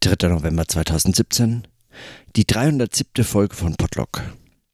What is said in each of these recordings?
3. November 2017, die 307. Folge von Podlog.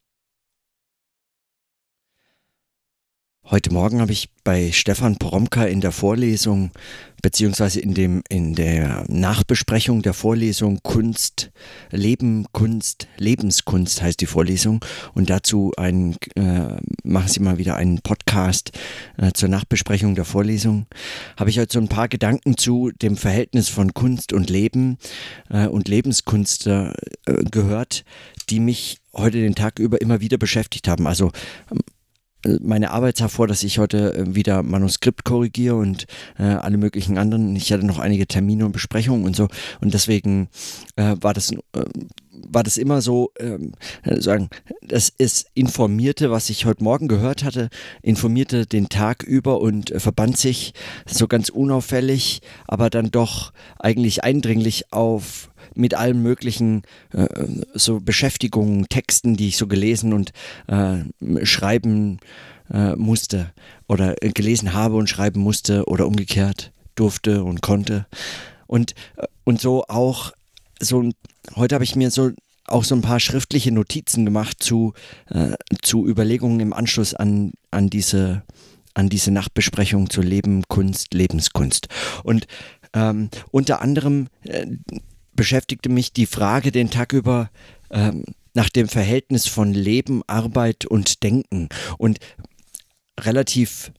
Heute Morgen habe ich bei Stefan Poromka in der Vorlesung, beziehungsweise in der Nachbesprechung der Vorlesung Kunst, Leben, Kunst, Lebenskunst heißt die Vorlesung, und dazu machen Sie mal wieder einen Podcast zur Nachbesprechung der Vorlesung, habe ich heute so ein paar Gedanken zu dem Verhältnis von Kunst und Leben und Lebenskunst gehört, die mich heute den Tag über immer wieder beschäftigt haben. Also meine Arbeit sah vor, dass ich heute wieder Manuskript korrigiere und alle möglichen anderen. Ich hatte noch einige Termine und Besprechungen und so. Und deswegen war das immer so, es informierte, was ich heute Morgen gehört hatte, informierte den Tag über und verband sich so ganz unauffällig, aber dann doch eigentlich eindringlich mit allen möglichen so Beschäftigungen, Texten, die ich so gelesen und schreiben musste oder gelesen habe und schreiben musste oder umgekehrt durfte und konnte. Und so auch, heute habe ich mir auch so ein paar schriftliche Notizen gemacht zu Überlegungen im Anschluss an diese Nachtbesprechung zu Leben, Kunst, Lebenskunst. Und unter anderem beschäftigte mich die Frage den Tag über nach dem Verhältnis von Leben, Arbeit und Denken. Und relativ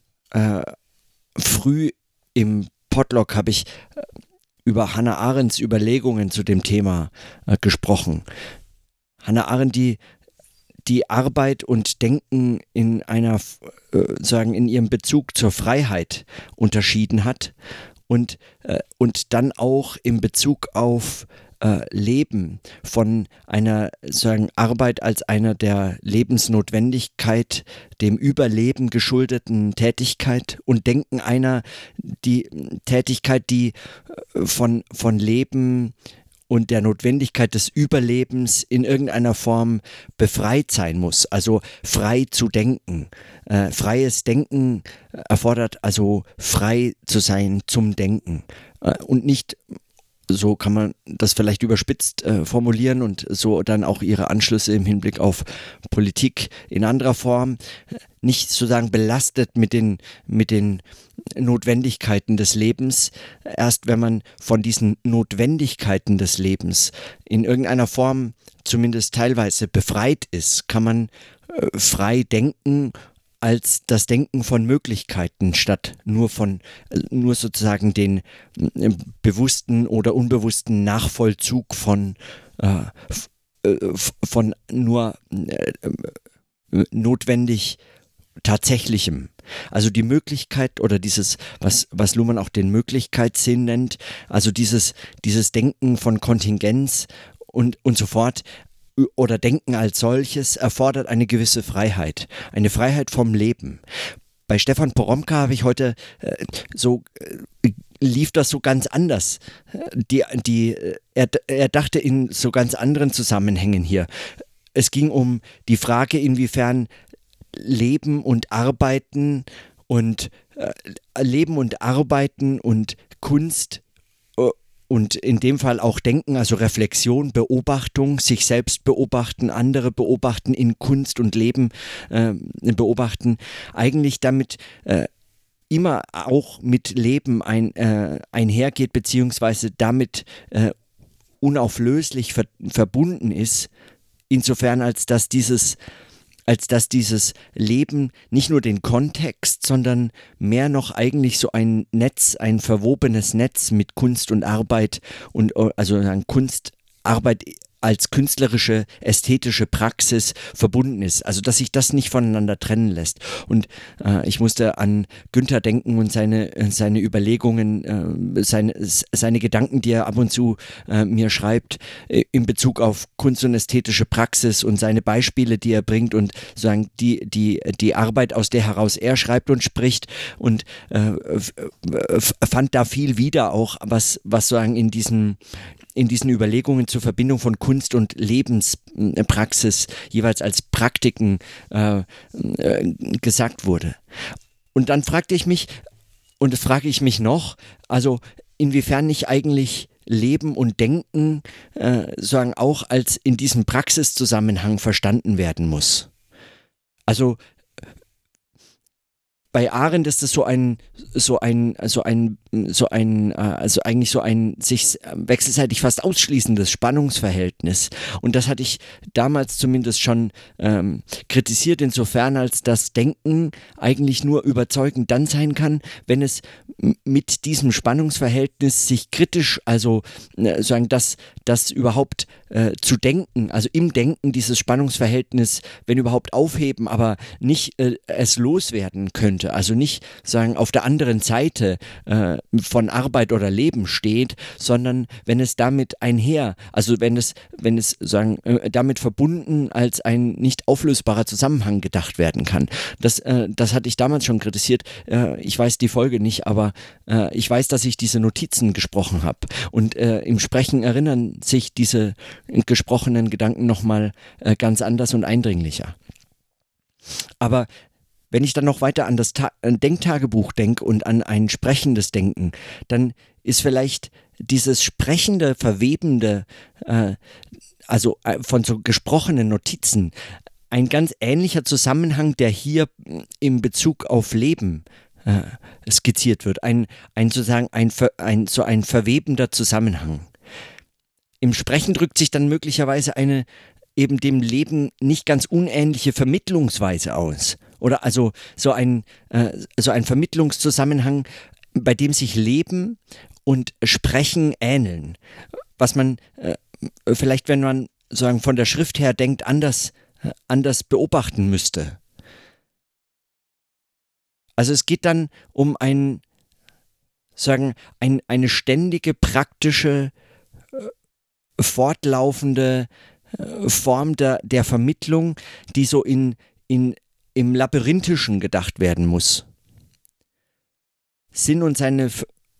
früh im Podlog habe ich über Hannah Arendts Überlegungen zu dem Thema gesprochen. Hannah Arendt, die Arbeit und Denken in ihrem Bezug zur Freiheit unterschieden hat und dann auch in Bezug auf Leben von einer Arbeit als einer der Lebensnotwendigkeit, dem Überleben geschuldeten Tätigkeit und Denken die Tätigkeit, die von Leben und der Notwendigkeit des Überlebens in irgendeiner Form befreit sein muss, also frei zu denken. Freies Denken erfordert also frei zu sein zum Denken und nicht, so kann man das vielleicht überspitzt formulieren und so dann auch ihre Anschlüsse im Hinblick auf Politik in anderer Form, nicht sozusagen belastet mit den Notwendigkeiten des Lebens. Erst wenn man von diesen Notwendigkeiten des Lebens in irgendeiner Form zumindest teilweise befreit ist, kann man frei denken als das Denken von Möglichkeiten statt nur sozusagen den bewussten oder unbewussten Nachvollzug von nur notwendig Tatsächlichem. Also die Möglichkeit oder dieses, was Luhmann auch den Möglichkeitssinn nennt, also dieses Denken von Kontingenz und so fort, oder Denken als solches erfordert eine gewisse Freiheit, eine Freiheit vom Leben. Bei Stefan Poromka habe ich heute lief das so ganz anders. Er dachte in so ganz anderen Zusammenhängen hier. Es ging um die Frage, inwiefern Leben und Arbeiten und Kunst und in dem Fall auch Denken, also Reflexion, Beobachtung, sich selbst beobachten, andere beobachten, in Kunst und Leben beobachten, eigentlich damit immer auch mit Leben einhergeht, beziehungsweise damit unauflöslich verbunden ist, insofern als dass dieses Leben nicht nur den Kontext, sondern mehr noch eigentlich so ein verwobenes Netz mit Kunst und Arbeit und also ein Kunstarbeit als künstlerische, ästhetische Praxis verbunden ist. Also dass sich das nicht voneinander trennen lässt. Und ich musste an Günther denken und seine Überlegungen, seine Gedanken, die er ab und zu mir schreibt, in Bezug auf Kunst und ästhetische Praxis und seine Beispiele, die er bringt und sozusagen die Arbeit, aus der heraus er schreibt und spricht, und fand da viel wieder auch, was sozusagen in diesen Überlegungen zur Verbindung von Kunst und Lebenspraxis jeweils als Praktiken gesagt wurde. Und dann fragte ich mich, und das frage ich mich noch, also inwiefern nicht eigentlich Leben und Denken sagen auch als in diesem Praxiszusammenhang verstanden werden muss. Also bei Arendt ist es also eigentlich so ein sich wechselseitig fast ausschließendes Spannungsverhältnis. Und das hatte ich damals zumindest schon kritisiert, insofern als das Denken eigentlich nur überzeugend dann sein kann, wenn es mit diesem Spannungsverhältnis sich kritisch, also sagen, das überhaupt zu denken, also im Denken dieses Spannungsverhältnis, wenn überhaupt aufheben, aber nicht es loswerden könnte, also nicht sagen auf der anderen Seite von Arbeit oder Leben steht, sondern wenn es damit einher, also wenn es sagen damit verbunden als ein nicht auflösbarer Zusammenhang gedacht werden kann. Das hatte ich damals schon kritisiert. Ich weiß die Folge nicht, aber ich weiß, dass ich diese Notizen gesprochen habe und im Sprechen erinnern sich diese gesprochenen Gedanken nochmal ganz anders und eindringlicher. Aber wenn ich dann noch weiter an das Denktagebuch denke und an ein sprechendes Denken, dann ist vielleicht dieses sprechende, verwebende, von so gesprochenen Notizen ein ganz ähnlicher Zusammenhang, der hier in Bezug auf Leben skizziert wird. Ein verwebender Zusammenhang. Im Sprechen drückt sich dann möglicherweise eine eben dem Leben nicht ganz unähnliche Vermittlungsweise aus. Oder also so ein Vermittlungszusammenhang, bei dem sich Leben und Sprechen ähneln. Was man vielleicht, wenn man sagen, von der Schrift her denkt, anders beobachten müsste. Also es geht dann um eine ständige, praktische, fortlaufende Form der Vermittlung, die so im Labyrinthischen gedacht werden muss. Sinn und seine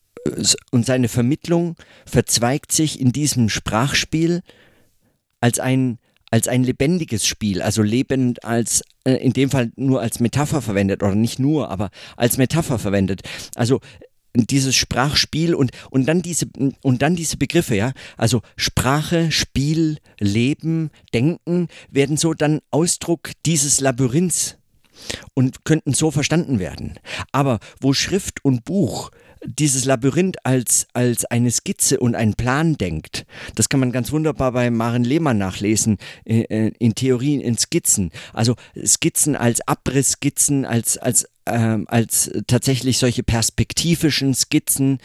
Vermittlung verzweigt sich in diesem Sprachspiel als ein lebendiges Spiel, also lebend als in dem Fall nur als Metapher verwendet, oder nicht nur, aber als Metapher verwendet. Also dieses Sprachspiel und dann diese Begriffe, ja, also Sprache, Spiel, Leben, Denken werden so dann Ausdruck dieses Labyrinths und könnten so verstanden werden. Aber wo Schrift und Buch dieses Labyrinth als eine Skizze und einen Plan denkt, das kann man ganz wunderbar bei Maren Lehmann nachlesen, in Theorien, in Skizzen. Also Skizzen als Abrissskizzen, als tatsächlich solche perspektivischen Skizzen,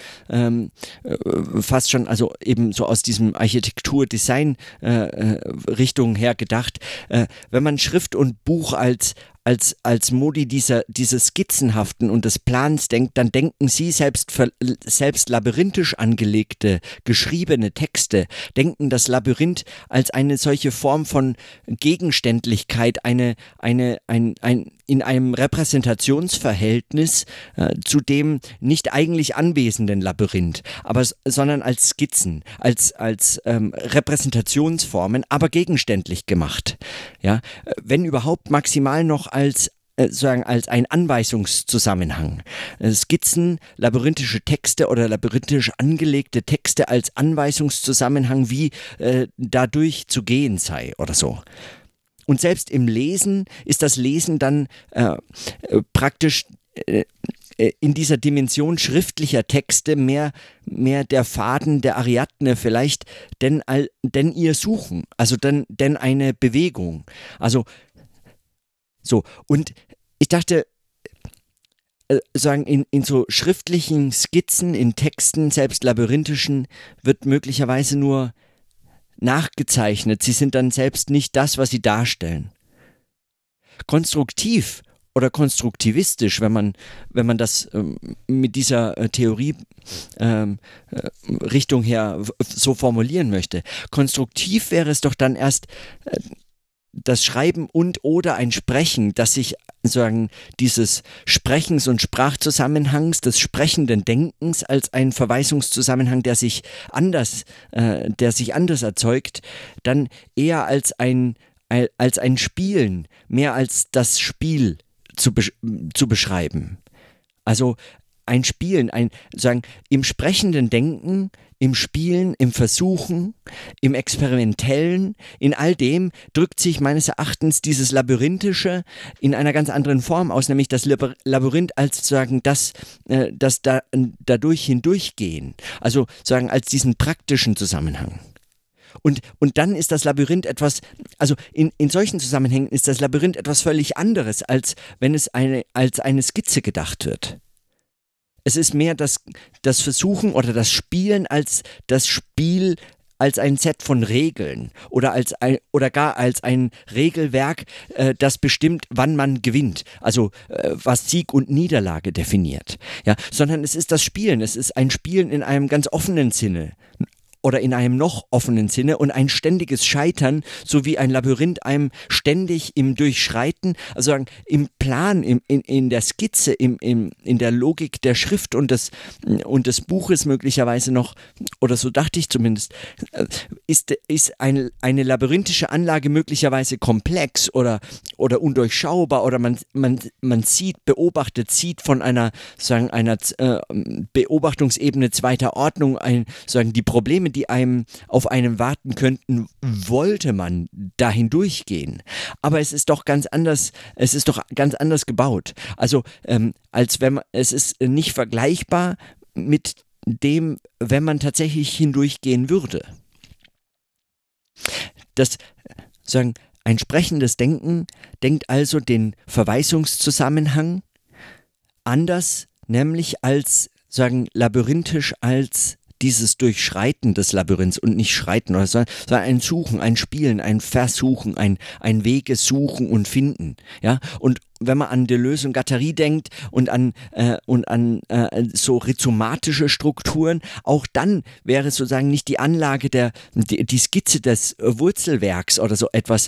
fast schon, also eben so aus diesem Architektur-Design-Richtung her gedacht. Wenn man Schrift und Buch als Modi dieses Skizzenhaften und des Plans denkt, dann denken Sie selbst labyrinthisch angelegte, geschriebene Texte, denken das Labyrinth als eine solche Form von Gegenständlichkeit, in einem Repräsentationsverhältnis zu dem nicht eigentlich anwesenden Labyrinth, sondern als Skizzen, als Repräsentationsformen, aber gegenständlich gemacht. Ja? Wenn überhaupt maximal noch als ein Anweisungszusammenhang. Skizzen, labyrinthische Texte oder labyrinthisch angelegte Texte als Anweisungszusammenhang, wie dadurch zu gehen sei oder so. Und selbst im Lesen ist das Lesen dann praktisch in dieser Dimension schriftlicher Texte mehr der Faden der Ariadne vielleicht, denn ihr Suchen, also denn eine Bewegung. Also so, und ich dachte, sagen, in so schriftlichen Skizzen, in Texten, selbst labyrinthischen, wird möglicherweise nur nachgezeichnet. Sie sind dann selbst nicht das, was sie darstellen. Konstruktiv oder konstruktivistisch, wenn man das mit dieser Theorie Richtung her so formulieren möchte. Konstruktiv wäre es doch dann erst das Schreiben oder ein Sprechen, das sich sagen dieses Sprechens und Sprachzusammenhangs, des sprechenden Denkens als ein Verweisungszusammenhang, der sich anders erzeugt, dann eher als ein Spielen, mehr als das Spiel zu beschreiben. Also ein Spielen, sagen, im sprechenden Denken, im Spielen, im Versuchen, im Experimentellen, in all dem drückt sich meines Erachtens dieses Labyrinthische in einer ganz anderen Form aus, nämlich das Labyrinth als sozusagen das dadurch hindurchgehen, also sozusagen als diesen praktischen Zusammenhang. Und dann ist das Labyrinth etwas, also in solchen Zusammenhängen ist das Labyrinth etwas völlig anderes, als wenn es als eine Skizze gedacht wird. Es ist mehr das Versuchen oder das Spielen als das Spiel, als ein Set von Regeln oder gar als ein Regelwerk, das bestimmt, wann man gewinnt, also was Sieg und Niederlage definiert. Ja, sondern es ist das Spielen, es ist ein Spielen in einem ganz offenen Sinne. Oder in einem noch offenen Sinne und ein ständiges Scheitern, so wie ein Labyrinth einem ständig im Durchschreiten, also im Plan, in der Skizze, in der Logik der Schrift und des Buches möglicherweise noch, oder so dachte ich zumindest, ist eine labyrinthische Anlage möglicherweise komplex oder undurchschaubar oder man sieht von einer Beobachtungsebene zweiter Ordnung die Probleme, die einem auf einem warten könnten, wollte man dahin durchgehen. Aber es ist doch ganz anders gebaut. Also es ist nicht vergleichbar mit dem, wenn man tatsächlich hindurchgehen würde. Ein sprechendes Denken denkt also den Verweisungszusammenhang anders, nämlich als labyrinthisch als dieses Durchschreiten des Labyrinths und nicht Schreiten, sondern ein Suchen, ein Spielen, ein Versuchen, ein Wege suchen und finden. Ja? Und wenn man an Deleuze und Guattari denkt und an so rhizomatische Strukturen, auch dann wäre sozusagen nicht die Anlage die Skizze des Wurzelwerks oder so etwas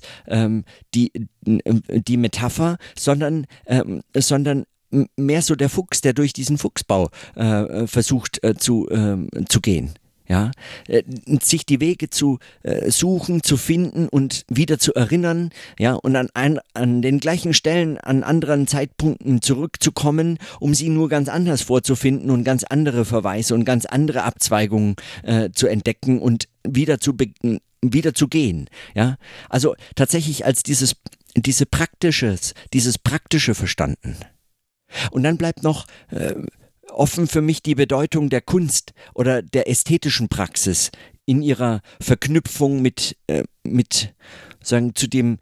die Metapher, sondern mehr so der Fuchs, der durch diesen Fuchsbau versucht zu gehen. Ja? Sich die Wege zu suchen, zu finden und wieder zu erinnern, ja? Und an den gleichen Stellen, an anderen Zeitpunkten zurückzukommen, um sie nur ganz anders vorzufinden und ganz andere Verweise und ganz andere Abzweigungen zu entdecken und wieder zu gehen. Ja? Also tatsächlich als dieses Praktische verstanden. Und dann bleibt noch offen für mich die Bedeutung der Kunst oder der ästhetischen Praxis in ihrer Verknüpfung mit zu den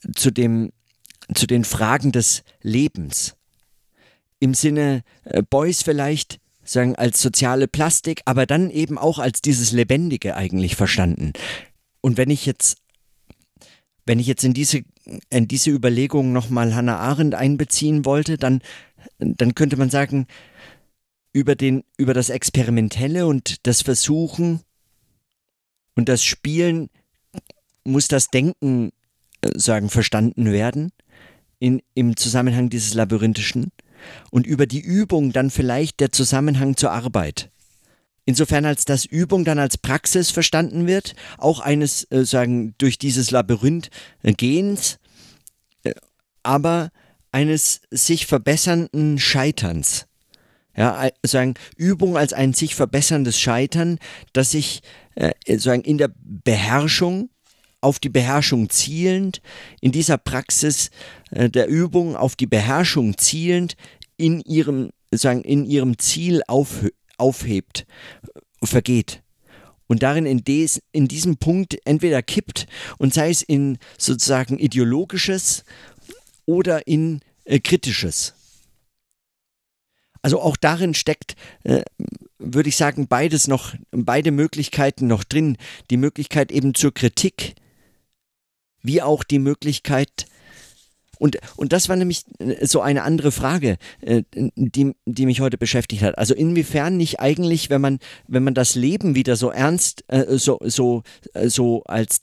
Fragen des Lebens. Im Sinne Beuys vielleicht als soziale Plastik, aber dann eben auch als dieses Lebendige eigentlich verstanden. Und wenn ich jetzt in diese Überlegung nochmal Hannah Arendt einbeziehen wollte, dann könnte man sagen, über das Experimentelle und das Versuchen und das Spielen muss das Denken verstanden werden im Zusammenhang dieses Labyrinthischen und über die Übung dann vielleicht der Zusammenhang zur Arbeit. Insofern als das Übung dann als Praxis verstanden wird, auch eines durch dieses Labyrinth Gehens, aber eines sich verbessernden Scheiterns. Ja, Übung als ein sich verbesserndes Scheitern, das sich in der Beherrschung, auf die Beherrschung zielend, in dieser Praxis der Übung auf die Beherrschung zielend, in ihrem Ziel aufhebt, vergeht. Und darin in diesem Punkt entweder kippt und sei es in sozusagen ideologisches oder in kritisches. Also auch darin steckt, würde ich sagen, beide Möglichkeiten noch drin. Die Möglichkeit eben zur Kritik, wie auch die Möglichkeit, und das war nämlich so eine andere Frage, die mich heute beschäftigt hat. Also inwiefern nicht eigentlich, wenn man das Leben wieder so ernst, so als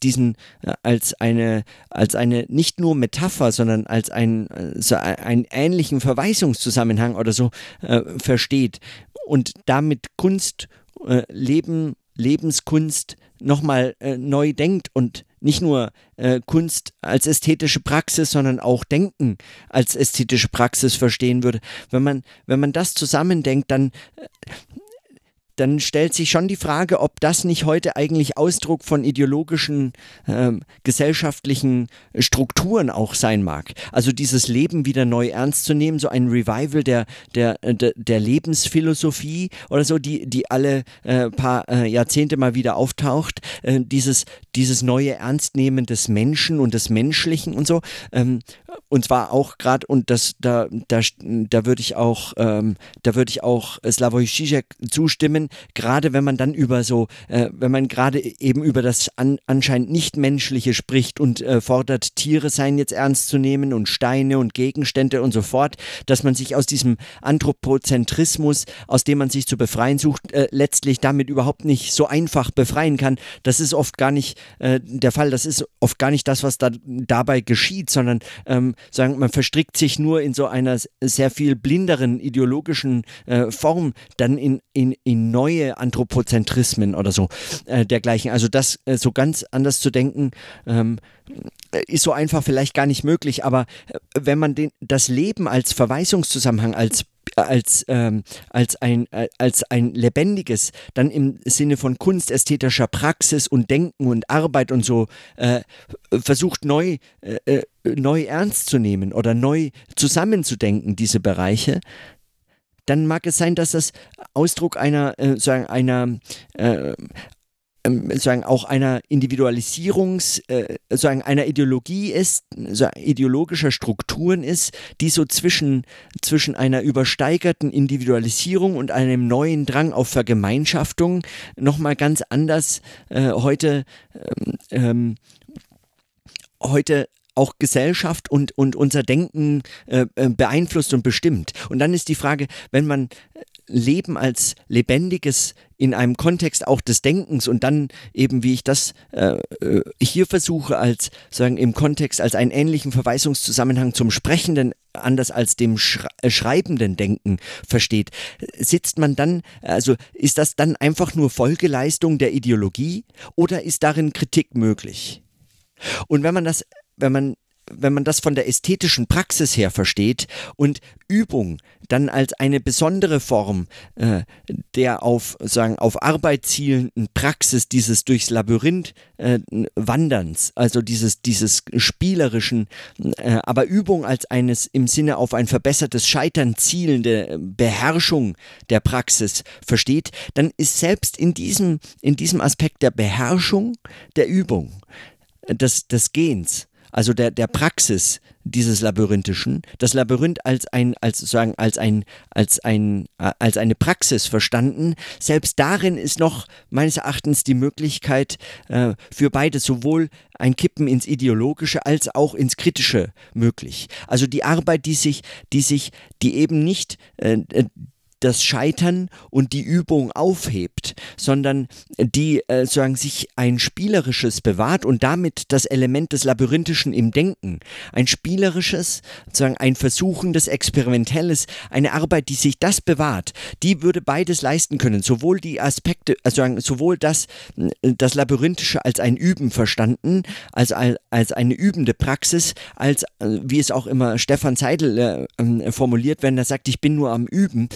eine nicht nur Metapher, sondern als einen ähnlichen Verweisungszusammenhang oder so versteht und damit Kunst, Lebenskunst nochmal neu denkt und nicht nur Kunst als ästhetische Praxis, sondern auch Denken als ästhetische Praxis verstehen würde. Wenn man das zusammendenkt, dann stellt sich schon die Frage, ob das nicht heute eigentlich Ausdruck von ideologischen, gesellschaftlichen Strukturen auch sein mag. Also dieses Leben wieder neu ernst zu nehmen, so ein Revival der Lebensphilosophie oder so, die alle paar Jahrzehnte mal wieder auftaucht, dieses neue Ernstnehmen des Menschen und des Menschlichen und so. Und zwar auch gerade, und da würde ich auch Slavoj Žižek zustimmen, gerade wenn man dann wenn man gerade eben über das anscheinend Nichtmenschliche spricht und fordert, Tiere seien jetzt ernst zu nehmen und Steine und Gegenstände und so fort, dass man sich aus diesem Anthropozentrismus, aus dem man sich zu befreien sucht, letztlich damit überhaupt nicht so einfach befreien kann. Das ist oft gar nicht der Fall, das ist oft gar nicht das, was dabei geschieht, sondern man verstrickt sich nur in so einer sehr viel blinderen ideologischen Form dann in neue Anthropozentrismen oder so dergleichen. Also das so ganz anders zu denken, ist so einfach vielleicht gar nicht möglich, aber wenn man das Leben als Verweisungszusammenhang, als ein lebendiges, dann im Sinne von kunstästhetischer Praxis und Denken und Arbeit und so versucht neu ernst zu nehmen oder neu zusammenzudenken, diese Bereiche, dann mag es sein, dass das Ausdruck einer auch einer einer Ideologie ist, so ideologischer Strukturen ist, die so zwischen einer übersteigerten Individualisierung und einem neuen Drang auf Vergemeinschaftung nochmal ganz anders heute auch Gesellschaft und unser Denken beeinflusst und bestimmt. Und dann ist die Frage, wenn man Leben als Lebendiges in einem Kontext auch des Denkens und dann eben, wie ich das hier versuche, im Kontext als einen ähnlichen Verweisungszusammenhang zum Sprechenden, anders als dem schreibenden Denken versteht, sitzt man dann, also ist das dann einfach nur Folgeleistung der Ideologie oder ist darin Kritik möglich? Und wenn man das von der ästhetischen Praxis her versteht und Übung dann als eine besondere Form der auf Arbeit zielenden Praxis dieses durchs Labyrinth Wanderns, also dieses spielerischen, aber Übung als eines im Sinne auf ein verbessertes Scheitern zielende Beherrschung der Praxis versteht, dann ist selbst in diesem Aspekt der Beherrschung der Übung, des Gehens, also der Praxis dieses Labyrinthischen, das Labyrinth als eine Praxis verstanden. Selbst darin ist noch meines Erachtens die Möglichkeit für beide, sowohl ein Kippen ins Ideologische als auch ins Kritische möglich. Also die Arbeit, die eben nicht das Scheitern und die Übung aufhebt, sondern die sich ein Spielerisches bewahrt und damit das Element des Labyrinthischen im Denken, ein spielerisches, ein versuchendes, experimentelles, eine Arbeit, die sich das bewahrt, die würde beides leisten können, sowohl die Aspekte, sowohl das Labyrinthische als ein Üben verstanden, als eine übende Praxis, als, wie es auch immer Stefan Seidel formuliert, wenn er sagt, ich bin nur am Üben,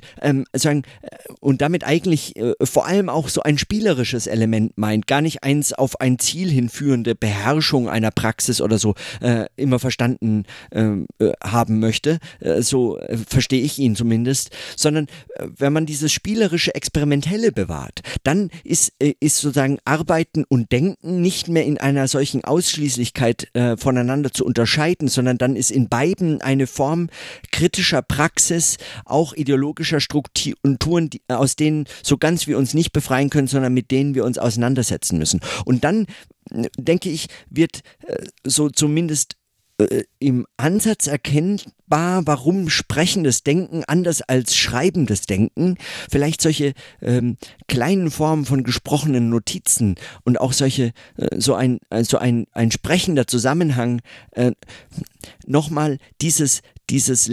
und damit eigentlich vor allem auch so ein spielerisches Element meint, gar nicht eins auf ein Ziel hinführende Beherrschung einer Praxis oder so immer verstanden haben möchte, so verstehe ich ihn zumindest, sondern wenn man dieses spielerische Experimentelle bewahrt, dann ist sozusagen Arbeiten und Denken nicht mehr in einer solchen Ausschließlichkeit voneinander zu unterscheiden, sondern dann ist in beiden eine Form kritischer Praxis, auch ideologischer Strukturen, aus denen so ganz wir uns nicht befreien können, sondern mit denen wir uns auseinandersetzen müssen. Und dann, denke ich, wird so zumindest im Ansatz erkennbar, warum sprechendes Denken anders als schreibendes Denken vielleicht solche kleinen Formen von gesprochenen Notizen und auch solche so ein sprechender Zusammenhang nochmal dieses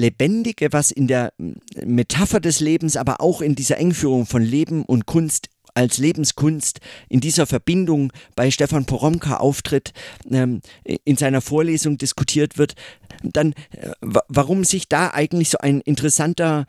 Lebendige, was in der Metapher des Lebens, aber auch in dieser Engführung von Leben und Kunst als Lebenskunst in dieser Verbindung bei Stefan Poromka auftritt, in seiner Vorlesung diskutiert wird, dann warum sich da eigentlich so ein interessanter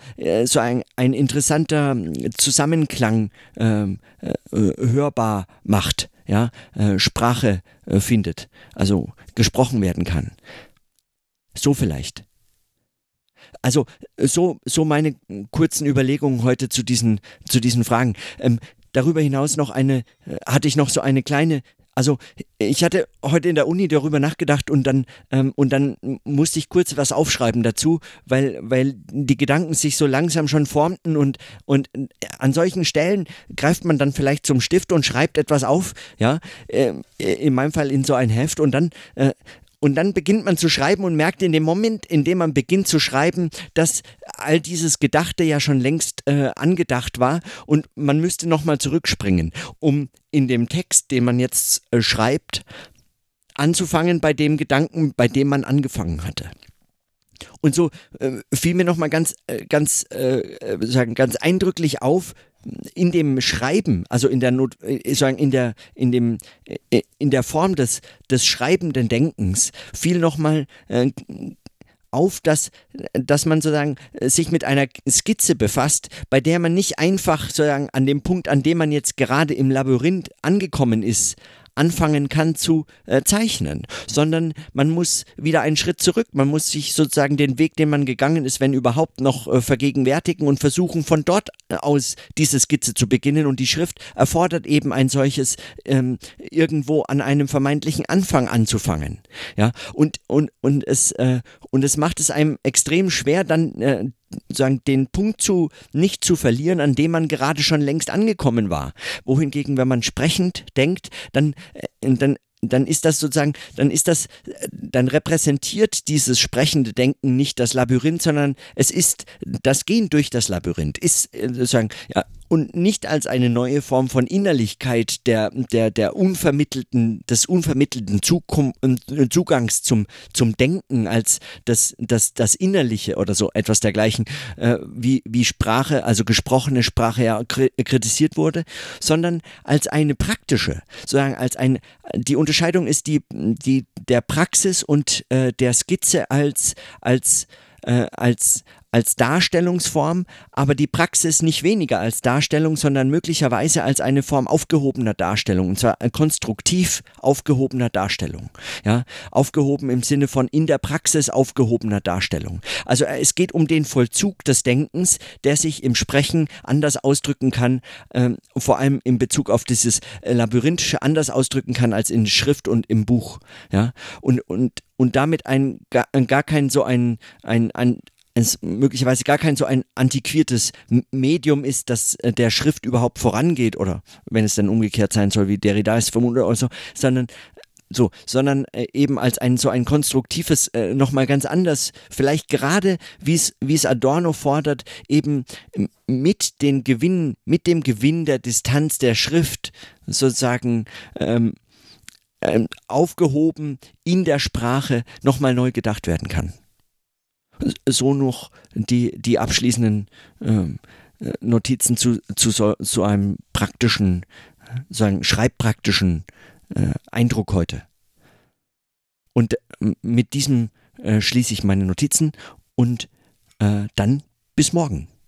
Zusammenklang hörbar macht, ja, Sprache findet, also gesprochen werden kann. So vielleicht. Also so meine kurzen Überlegungen heute zu diesen Fragen. Darüber hinaus hatte ich noch so eine kleine, also ich hatte heute in der Uni darüber nachgedacht und dann musste ich kurz was aufschreiben dazu, weil die Gedanken sich so langsam schon formten und an solchen Stellen greift man dann vielleicht zum Stift und schreibt etwas auf, ja, in meinem Fall in so ein Heft und dann beginnt man zu schreiben und merkt in dem Moment, in dem man beginnt zu schreiben, dass all dieses Gedachte ja schon längst angedacht war und man müsste nochmal zurückspringen, um in dem Text, den man jetzt schreibt, anzufangen bei dem Gedanken, bei dem man angefangen hatte. Und so fiel mir nochmal ganz eindrücklich auf, in dem Schreiben, also in der Form des schreibenden Denkens, fiel nochmal auf, dass man sozusagen sich mit einer Skizze befasst, bei der man nicht einfach sozusagen an dem Punkt, an dem man jetzt gerade im Labyrinth angekommen ist, anfangen kann zu zeichnen, sondern man muss wieder einen Schritt zurück, man muss sich sozusagen den Weg, den man gegangen ist, wenn überhaupt noch vergegenwärtigen und versuchen von dort aus diese Skizze zu beginnen und die Schrift erfordert eben ein solches irgendwo an einem vermeintlichen Anfang anzufangen, ja, und es macht es einem extrem schwer, dann sagen, den Punkt nicht zu verlieren, an dem man gerade schon längst angekommen war. Wohingegen, wenn man sprechend denkt, dann ist das sozusagen, dann repräsentiert dieses sprechende Denken nicht das Labyrinth, sondern es ist das Gehen durch das Labyrinth, ist sozusagen, ja, und nicht als eine neue Form von Innerlichkeit des unvermittelten Zugangs zum Denken, als das Innerliche oder so etwas dergleichen, wie Sprache, also gesprochene Sprache ja kritisiert wurde, sondern als eine praktische, sozusagen die Unterscheidung ist die der Praxis und der Skizze als Darstellungsform, aber die Praxis nicht weniger als Darstellung, sondern möglicherweise als eine Form aufgehobener Darstellung, und zwar konstruktiv aufgehobener Darstellung. Ja? Aufgehoben im Sinne von in der Praxis aufgehobener Darstellung. Also es geht um den Vollzug des Denkens, der sich im Sprechen anders ausdrücken kann, vor allem in Bezug auf dieses Labyrinthische anders ausdrücken kann als in Schrift und im Buch. Ja? Und damit möglicherweise gar kein so ein antiquiertes Medium ist, das der Schrift überhaupt vorangeht, oder wenn es dann umgekehrt sein soll, wie Derrida es vermutet oder so, sondern eben als ein konstruktives, nochmal ganz anders, vielleicht gerade, wie es Adorno fordert, eben mit dem Gewinn der Distanz der Schrift sozusagen aufgehoben in der Sprache nochmal neu gedacht werden kann. So noch die abschließenden Notizen zu einem praktischen, sagen schreibpraktischen Eindruck heute. Und mit diesem schließe ich meine Notizen und dann bis morgen.